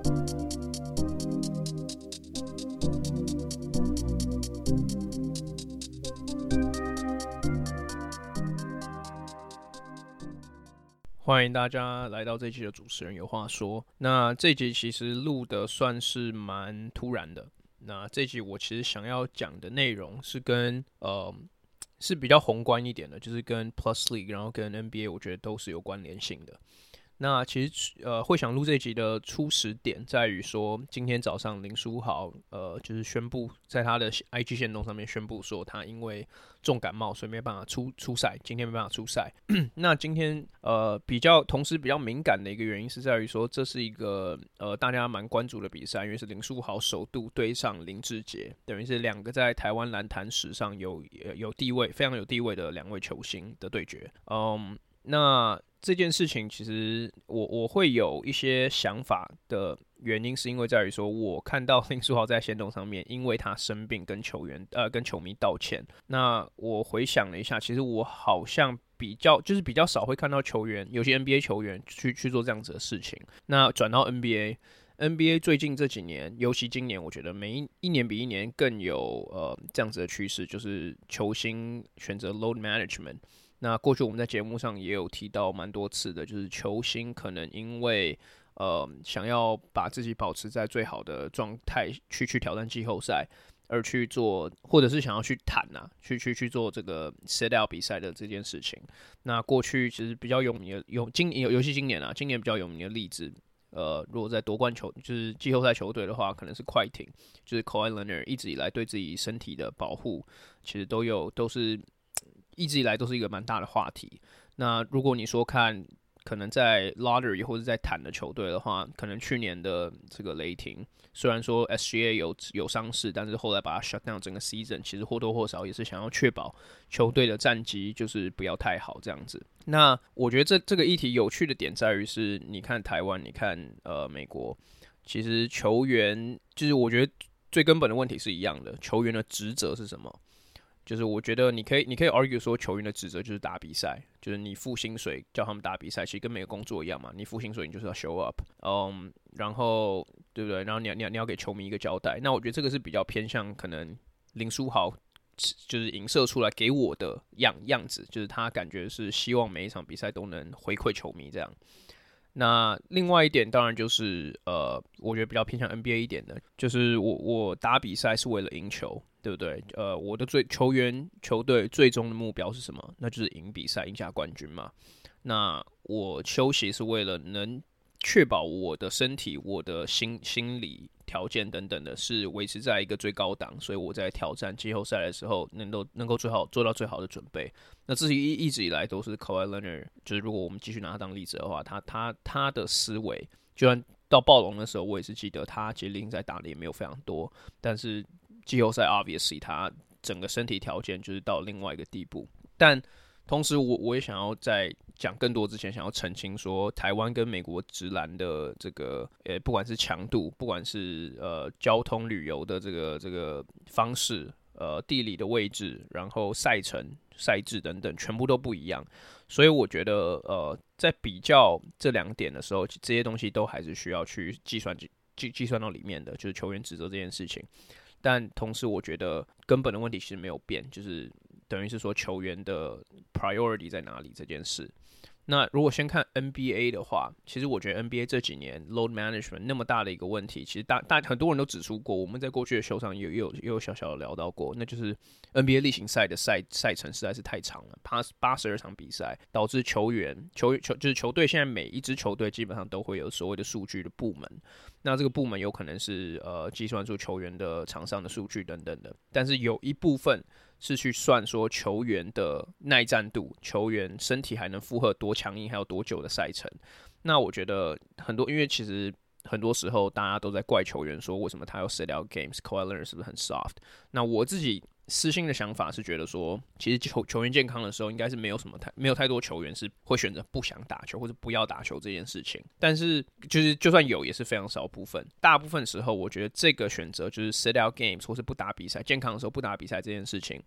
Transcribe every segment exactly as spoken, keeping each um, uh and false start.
欢迎大家来到这一期的主持人有话说。那这一集其实录的算是蛮突然的。那这一集我其实想要讲的内容是跟呃是比较宏观一点的，就是跟 Plus League 然后跟 N B A 我觉得都是有关联性的。那其实呃会想录这一集的初始点在于说，今天早上林书豪呃就是宣布在他的 I G 限动上面宣布说他因为重感冒，所以没办法出出赛，今天没办法出赛。那今天呃比较同时比较敏感的一个原因是在于说，这是一个呃大家蛮关注的比赛，因为是林书豪首度对上林志杰，等于是两个在台湾篮坛史上有有地位非常有地位的两位球星的对决。嗯，那这件事情其实我我会有一些想法的原因，是因为在于说，我看到林书豪在限动上面，因为他生病跟球员呃跟球迷道歉。那我回想了一下，其实我好像比较就是比较少会看到球员，有些 N B A 球员去去做这样子的事情。那转到 N B A。N B A 最近这几年，尤其今年，我觉得每 一, 一年比一年更有呃这样子的趋势，就是球星选择 load management。那过去我们在节目上也有提到蛮多次的，就是球星可能因为呃想要把自己保持在最好的状态去去挑战季后赛，而去做，或者是想要去谈啊，去去去做这个 set out 比赛的这件事情。那过去其实比较有名的，有今尤其今年啊，今年比较有名的例子。呃，如果在夺冠球就是季后赛球队的话，可能是快艇，就是 Kawhi Leonard 一直以来对自己身体的保护，其实都有都是一直以来都是一个蛮大的话题。那如果你说看可能在 lottery 或者在谈的球队的话，可能去年的这个雷霆，虽然说 S G A 有有伤势，但是后来把它 shut down 整个 season， 其实或多或少也是想要确保球队的战绩就是不要太好这样子。那我觉得这这个议题有趣的点在于是，你看台湾，你看呃美国，其实球员就是我觉得最根本的问题是一样的，球员的职责是什么？就是我觉得你可以，你可以 argue 说球员的职责就是打比赛，就是你付薪水叫他们打比赛，其实跟每个工作一样嘛，你付薪水你就是要 show up， 嗯，然后对不对？然后你要你要你要给球迷一个交代。那我觉得这个是比较偏向可能林书豪就是影射出来给我的样样子，就是他感觉是希望每一场比赛都能回馈球迷这样。那另外一点当然就是呃，我觉得比较偏向 N B A 一点的，就是我我打比赛是为了赢球，对不对？呃，我的最球员球队最终的目标是什么？那就是赢比赛，赢下冠军嘛。那我休息是为了能确保我的身体、我的心心理条件等等的是维持在一个最高档，所以我在挑战季后赛的时候能够能够最好做到最好的准备。那这是一一直以来都是 Kawhi Leonard， 就是如果我们继续拿他当例子的话，他他他的思维，就算到暴龙的时候，我也是记得他其实例行赛打的也没有非常多，但是季后赛 obviously 他整个身体条件就是到另外一个地步。但同时我我也想要在讲更多之前，想要澄清说，台湾跟美国职篮的这个，呃，不管是强度，不管是呃交通旅游的这个这个方式，呃地理的位置，然后赛程、赛制等等，全部都不一样。所以我觉得，呃，在比较这两点的时候，这些东西都还是需要去计算计计算到里面的，就是球员职责这件事情。但同时，我觉得根本的问题其实没有变，就是等于是说球员的 priority 在哪里这件事。那如果先看 N B A 的话，其实我觉得 N B A 这几年 load management 那么大的一个问题，其实大大很多人都指出过，我们在过去的秀上也有也有也有小小的聊到过，那就是 N B A 例行赛的赛赛程实在是太长了，八十二场比赛，导致球员球球就是球队现在每一支球队基本上都会有所谓的数据的部门，那这个部门有可能是呃计算出球员的场上的数据等等的，但是有一部分是去算说球员的耐战度，球员身体还能负荷多强硬，还有多久的赛程。那我觉得很多，因为其实很多时候大家都在怪球员说为什么他要 set out games，Kawhi Leonard 是不是很 soft？ 那我自己私心的想法是觉得说，其实球球员健康的时候，应该是没有什么太没有太多球员是会选择不想打球或者不要打球这件事情。但是就是就算有，也是非常少部分。大部分时候，我觉得这个选择就是 set out games 或是不打比赛，健康的时候不打比赛这件事情，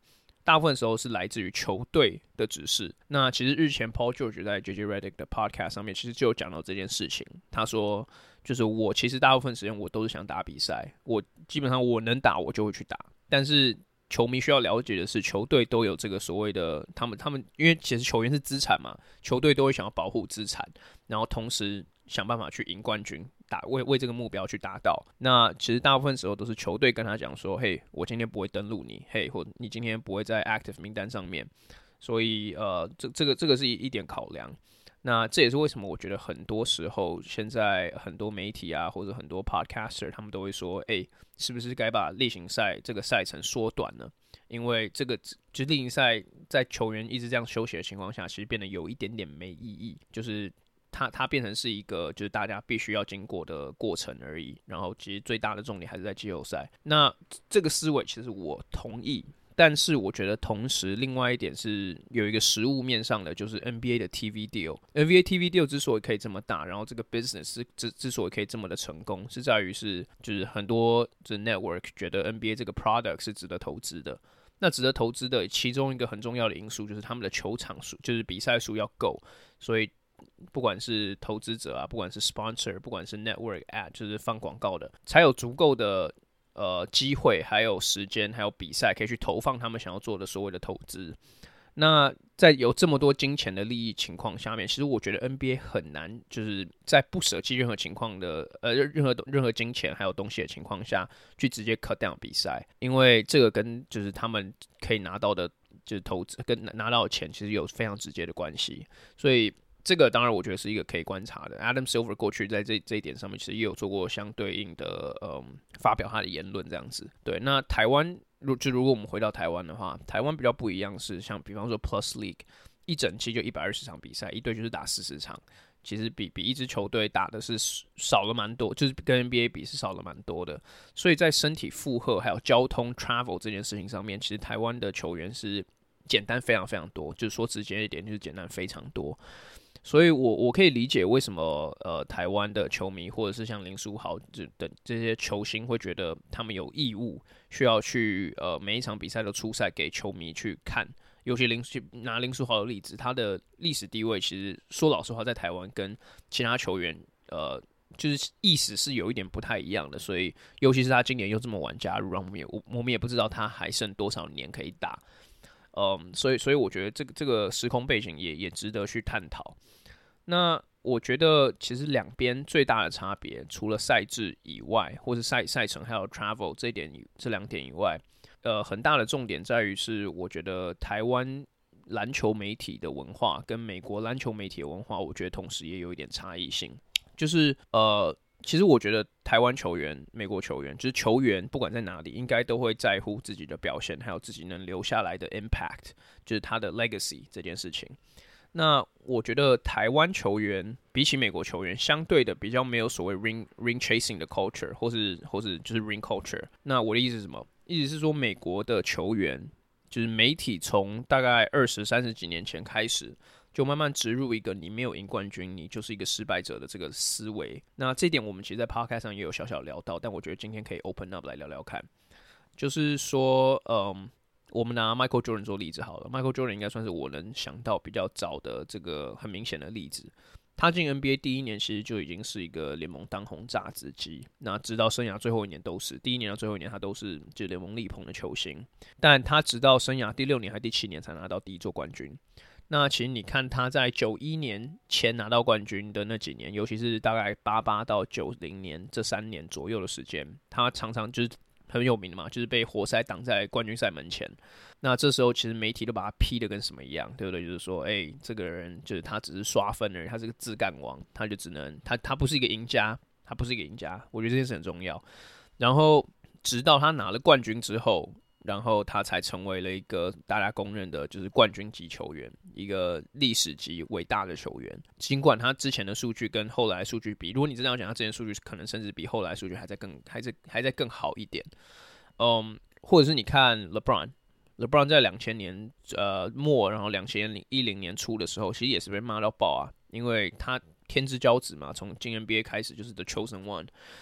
大部分时候是来自于球队的指示。那其实日前 Paul George 在 J J Redick 的 podcast 上面，其实就有讲到这件事情。他说，就是我其实大部分时间我都是想打比赛，我基本上我能打我就会去打，但是球迷需要了解的是，球队都有这个所谓的他们他们，因为其实球员是资产嘛，球队都会想要保护资产，然后同时想办法去赢冠军，打为为这个目标去达到。那其实大部分时候都是球队跟他讲说，嘿，我今天不会登录你，嘿，或你今天不会在 active 名单上面，所以呃，这这个这个是一点考量。那这也是为什么我觉得很多时候现在很多媒体啊，或者很多 podcaster 他们都会说，哎、欸，是不是该把例行赛这个赛程缩短呢？因为这个就是例行赛在球员一直这样休息的情况下，其实变得有一点点没意义，就是它它变成是一个就是大家必须要经过的过程而已。然后其实最大的重点还是在季后赛。那这个思维其实我同意。但是我觉得同时另外一点是有一个实物面上的，就是 N B A 的 T V deal。N B A T V deal 之所以可以这么大，然后这个 business 之之所以可以这么的成功，是在于是就是很多就是 network 觉得 N B A 这个 product 是值得投资的。那值得投资的其中一个很重要的因素就是他们的球场数，就是比赛数要够。所以不管是投资者啊，不管是 sponsor， 不管是 network ad， 就是放广告的，才有足够的呃，机会还有时间还有比赛可以去投放他们想要做的所谓的投资。那在有这么多金钱的利益情况下面，其实我觉得 N B A 很难就是在不舍弃任何情况的呃任何任何金钱还有东西的情况下去直接 cut down 比赛，因为这个跟就是他们可以拿到的就是投资跟拿到的钱其实有非常直接的关系。所以这个当然我觉得是一个可以观察的。Adam Silver 过去在 这, 这一点上面其实也有做过相对应的嗯发表他的言论这样子。对，那台湾就如果我们回到台湾的话，台湾比较不一样是像比方说 Plus League 一整期就一百二十场比赛，一队就是打四十场，其实比比一支球队打的是少了蛮多，就是跟 N B A 比是少了蛮多的。所以在身体负荷还有交通 travel 这件事情上面，其实台湾的球员是简单非常非常多，就是说直接一点就是简单非常多。所以我我可以理解为什么呃台湾的球迷或者是像林书豪等这些球星会觉得他们有义务需要去呃每一场比赛都出赛给球迷去看。尤其林拿林书豪的例子，他的历史地位其实说老实话在台湾跟其他球员呃就是意思是有一点不太一样的。所以尤其是他今年又这么晚加入，让我们也我们也不知道他还剩多少年可以打。嗯，所以所以我觉得这个这个时空背景也也值得去探讨。那我觉得其实两边最大的差别，除了赛制以外，或是赛赛程还有 travel 这一点这两点以外，呃，很大的重点在于是，我觉得台湾篮球媒体的文化跟美国篮球媒体的文化，我觉得同时也有一点差异性。就是呃，其实我觉得台湾球员、美国球员，就是球员不管在哪里，应该都会在乎自己的表现，还有自己能留下来的 impact， 就是他的 legacy 这件事情。那我觉得台湾球员比起美国球员，相对的比较没有所谓 ring ring chasing 的 culture， 或是或是就是 ring culture。那我的意思是什么？意思是说，美国的球员就是媒体从大概二十三十几年前开始，就慢慢植入一个你没有赢冠军，你就是一个失败者的这个思维。那这点我们其实在 podcast 上也有小小聊到，但我觉得今天可以 open up 来聊聊看，就是说，嗯。我们拿 Michael Jordan 做例子好了 ，Michael Jordan 应该算是我能想到比较早的这个很明显的例子。他进 N B A 第一年其实就已经是一个联盟当红炸子鸡，那直到生涯最后一年都是，第一年到最后一年他都是就联盟力捧的球星。但他直到生涯第六年还第七年才拿到第一座冠军。那其实你看他在九一年前拿到冠军的那几年，尤其是大概八八到九零年这三年左右的时间，他常常就是。很有名的嘛，就是被活塞挡在冠军赛门前。那这时候其实媒体都把他批的跟什么一样，对不对？就是说，哎、欸，这个人就是他只是刷分而已，他是个自干王，他就只能他他不是一个赢家，他不是一个赢家。我觉得这件事很重要。然后直到他拿了冠军之后，然后他才成为了一个大家公认的就是冠军级球员，一个历史级伟大的球员。尽管他之前的数据跟后来的数据比，如果你真的要讲他之前的数据，可能甚至比后来的数据还在更还在还在更好一点。嗯，或者是你看 LeBron，LeBron 在两千年呃末，然后两千一零年初的时候，其实也是被骂到爆啊，因为他天之骄子嘛，从进 N B A 开始就是 The Chosen One。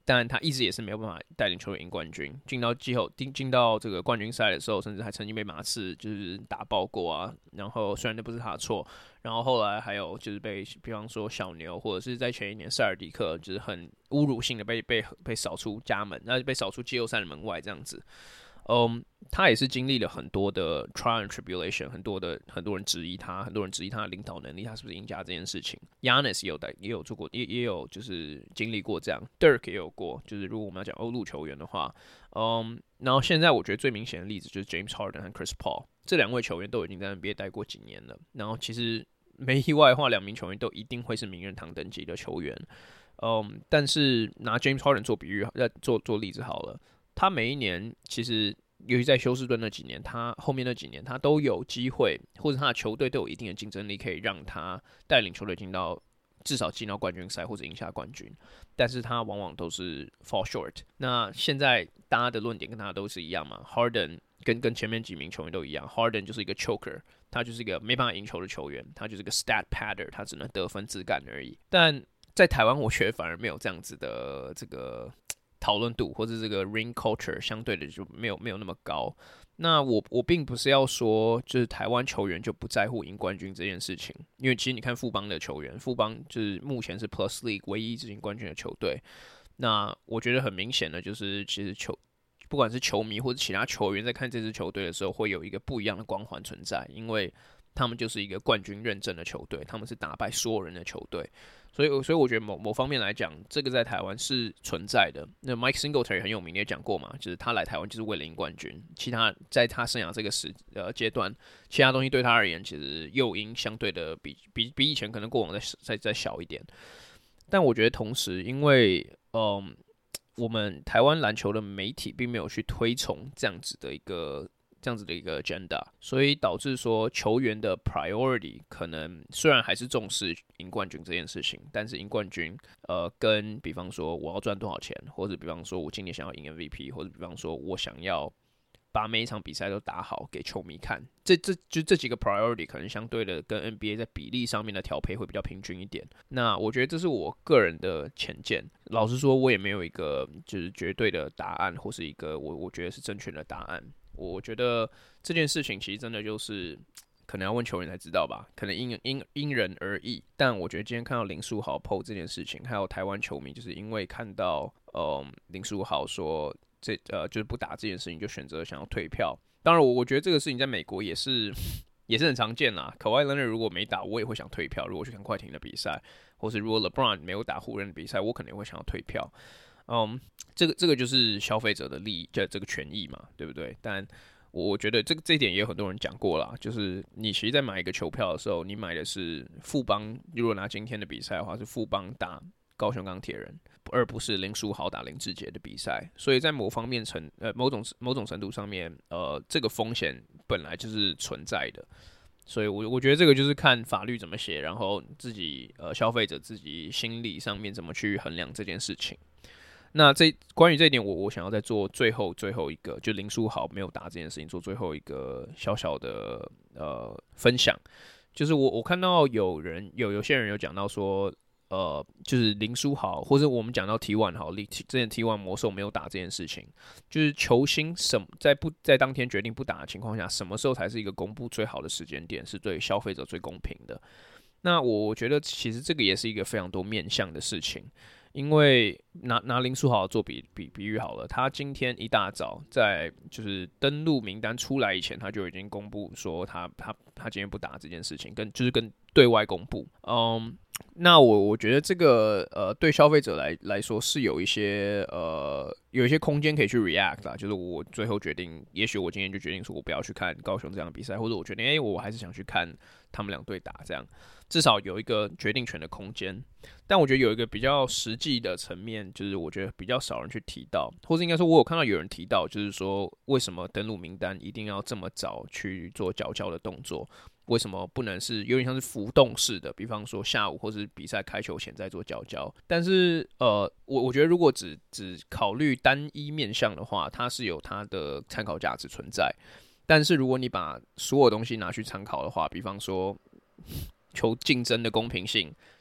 但他一直也是没有办法带领球队赢冠军。进到季后进进到这个冠军赛的时候，甚至还曾经被马刺就是打爆过啊。然后虽然那不是他的错，然后后来还有就是被比方说小牛或者是在前一年塞尔迪克就是很侮辱性的被被被扫出家门，那被扫出季后赛的门外这样子。嗯，他也是经历了很多的 trial and tribulation， 很多的很多人质疑他，很多人质疑他的领导能力，他是不是赢家这件事情。Giannis 也有也有做过，也也有就是经历过这样 ，Dirk 也有过，就是如果我们要讲欧陆球员的话，嗯，然后现在我觉得最明显的例子就是 James Harden 和 Chris Paul 这两位球员都已经在 N B A 待过几年了，然后其实没意外的话，两名球员都一定会是名人堂等级的球员。嗯，但是拿 James Harden 做比喻，做做例子好了。他每一年其实，尤其在休斯顿那几年，他后面那几年他都有机会，或者他的球队都有一定的竞争力，可以让他带领球队进到至少进到冠军赛或者赢下冠军。但是他往往都是 fall short。那现在大家的论点跟他都是一样嘛 ？Harden 跟跟前面几名球员都一样 ，Harden 就是一个 choker， 他就是一个没办法赢球的球员，他就是一个 stat padder， 他只能得分自干而已。但在台湾，我觉得反而没有这样子的这个讨论度，或者这个 ring culture 相对的就没有没有那么高。那我我并不是要说，就是台湾球员就不在乎赢冠军这件事情，因为其实你看富邦的球员，富邦就是目前是 Plus League 唯一一支赢冠军的球队。那我觉得很明显的就是，其实球不管是球迷或者其他球员在看这支球队的时候，会有一个不一样的光环存在，因为他们就是一个冠军认证的球队，他们是打败所有人的球队。所以，所以我觉得某某方面来讲，这个在台湾是存在的。那 Mike Singletary 很有名，也讲过嘛，就是他来台湾就是为了赢冠军。其他在他生涯这个时呃阶段，其他东西对他而言，其实诱因相对的比比比以前可能过往再再再小一点。但我觉得同时，因为嗯，我们台湾篮球的媒体并没有去推崇这样子的一个。这样子的一个 agenda， 所以导致说球员的 priority 可能虽然还是重视赢冠军这件事情，但是赢冠军，呃，跟比方说我要赚多少钱，或者比方说我今年想要赢 M V P， 或者比方说我想要把每一场比赛都打好给球迷看，这这就这几个 priority 可能相对的跟 N B A 在比例上面的调配会比较平均一点。那我觉得这是我个人的浅见，老实说，我也没有一个就是绝对的答案，或是一个我我觉得是正确的答案。我觉得这件事情其实真的就是可能要问球员才知道吧，可能 因, 因, 因人而异。但我觉得今天看到林书豪 P O 这件事情，还有台湾球迷就是因为看到呃林书豪说这呃就是不打这件事情，就选择想要退票。当然我，我觉得这个事情在美国也是也是很常见啦。Kawhi Leonard 如果没打，我也会想退票。如果去看快艇的比赛，或是如果 LeBron 没有打湖人的比赛，我可能也会想要退票。嗯，这个这个就是消费者的利益，这这个权益嘛，对不对？但我觉得这个这一点也有很多人讲过啦，就是你其实在买一个球票的时候，你买的是富邦，如果拿今天的比赛的话，是富邦打高雄钢铁人，而不是林书豪打林志杰的比赛。所以在某方面程呃某种某种程度上面，呃，这个风险本来就是存在的。所以我，我我觉得这个就是看法律怎么写，然后自己呃消费者自己心理上面怎么去衡量这件事情。那这关于这一点我，我想要再做最后最后一个，就林书豪没有打这件事情，做最后一个小小的呃分享。就是我我看到有人有有些人有讲到说，呃，就是林书豪，或者我们讲到 T 一 好，之前 T 一 魔兽没有打这件事情，就是球星什在不在当天决定不打的情况下，什么时候才是一个公布最好的时间点，是对消费者最公平的。那我觉得其实这个也是一个非常多面向的事情。因为拿拿林书豪做比比比喻好了，他今天一大早在就是登录名单出来以前，他就已经公布说他他他今天不打这件事情，跟就是跟对外公布。嗯，那我我觉得这个呃对消费者来来说是有一些呃有一些空间可以去 react 啦，就是我最后决定，也许我今天就决定说我不要去看高雄这样的比赛，或者我决定哎、欸、我还是想去看他们两队打这样。至少有一个决定权的空间，但我觉得有一个比较实际的层面，就是我觉得比较少人去提到，或者应该说，我有看到有人提到，就是说为什么登录名单一定要这么早去做缴交的动作？为什么不能是有点像是浮动式的？比方说下午或是比赛开球前再做缴交？但是呃，我我觉得如果只只考虑单一面向的话，它是有它的参考价值存在。但是如果你把所有东西拿去参考的话，比方说球竞争的公平性、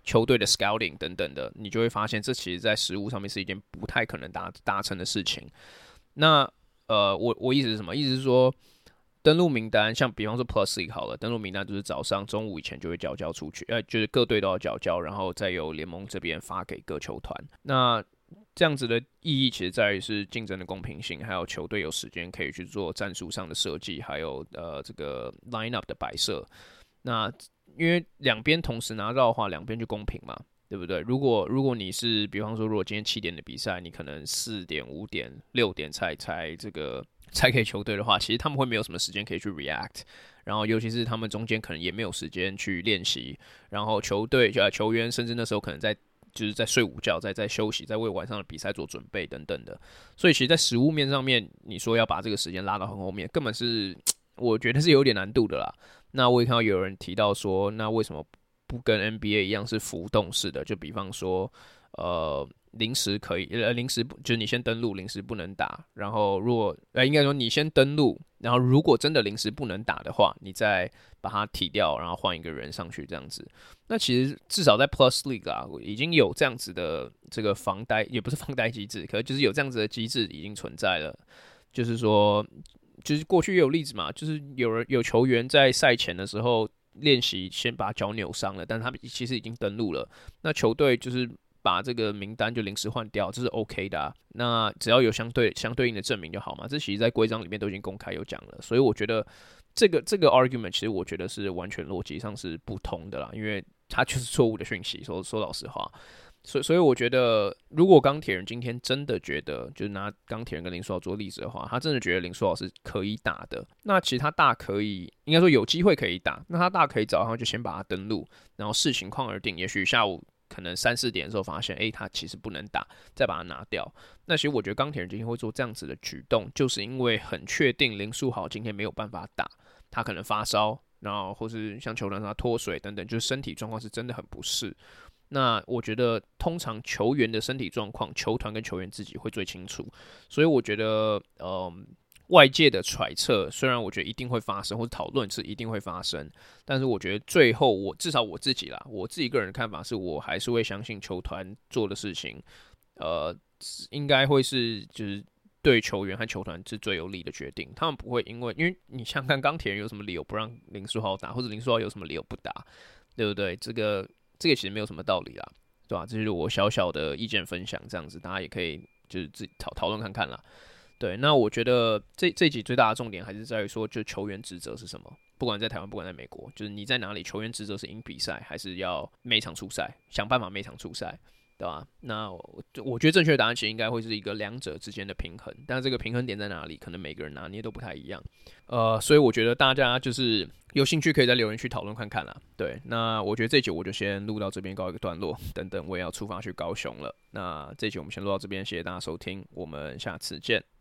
球队的 scouting 等等的，你就会发现这其实在实务上面是一件不太可能达达成的事情。那呃，我我意思是什么？意思是说，登录名单，像比方说 Plus League 好了，登录名单就是早上、中午以前就会缴交出去，呃，就是各队都要缴交，然后再由联盟这边发给各球团。那这样子的意义其实在于是竞争的公平性，还有球队有时间可以去做战术上的设计，还有呃这个 lineup 的摆设。那因为两边同时拿到的话，两边就公平嘛，对不对？如果如果你是比方说，如果今天七点的比赛，你可能四点、五点、六点才才这个才给球队的话，其实他们会没有什么时间可以去 react， 然后尤其是他们中间可能也没有时间去练习，然后球队呃球员甚至那时候可能在就是在睡午觉，在在休息，在为晚上的比赛做准备等等的，所以其实，在实务面上面，你说要把这个时间拉到很后面，根本是我觉得是有点难度的啦。那我也看到有人提到说，那为什么不跟 N B A 一样是浮动式的？就比方说，呃，临时可以，呃，临时就是你先登录，临时不能打。然后如果，呃，应该说你先登录，然后如果真的临时不能打的话，你再把它踢掉，然后换一个人上去这样子。那其实至少在 Plus League 啊，已经有这样子的这个防呆，也不是防呆机制，可是就是有这样子的机制已经存在了。就是说，就是过去也有例子嘛，就是有人有球员在赛前的时候练习先把脚扭伤了，但是他们其实已经登录了，那球队就是把这个名单就临时换掉，这是 OK 的啊。那只要有相对相对应的证明就好嘛，这其实在规章里面都已经公开有讲了，所以我觉得这个这个 argument 其实我觉得是完全逻辑上是不通的啦，因为它就是错误的讯息，说说老实话。所以，所以我觉得，如果钢铁人今天真的觉得，就是拿钢铁人跟林书豪做例子的话，他真的觉得林书豪是可以打的，那其实他大可以，应该说有机会可以打，那他大可以早上就先把他登录，然后视情况而定。也许下午可能三四点的时候发现，哎、欸，他其实不能打，再把他拿掉。那其实我觉得钢铁人今天会做这样子的举动，就是因为很确定林书豪今天没有办法打，他可能发烧，然后或是像球场上脱水等等，就是身体状况是真的很不适。那我觉得，通常球员的身体状况，球团跟球员自己会最清楚，所以我觉得，呃，外界的揣测，虽然我觉得一定会发生，或者讨论是一定会发生，但是我觉得最后我至少我自己啦，我自己个人的看法是，我还是会相信球团做的事情，呃，应该会是就是对球员和球团是最有利的决定，他们不会因为，因为你想看钢铁人有什么理由不让林书豪打，或者林书豪有什么理由不打，对不对？这个。这个其实没有什么道理啦，对吧？这就是我小小的意见分享，这样子大家也可以就是自己讨讨论看看啦。对，那我觉得这这一集最大的重点还是在于说，就球员职责是什么？不管在台湾，不管在美国，就是你在哪里，球员职责是赢比赛，还是要每场出赛，想办法每场出赛，对吧？那我我觉得正确的答案其实应该会是一个两者之间的平衡，但是这个平衡点在哪里，可能每个人拿捏都不太一样。呃，所以我觉得大家就是有兴趣可以在留言区讨论看看啦。对，那我觉得这一集我就先录到这边告一个段落，等等我也要出发去高雄了。那这一集我们先录到这边，谢谢大家收听，我们下次见。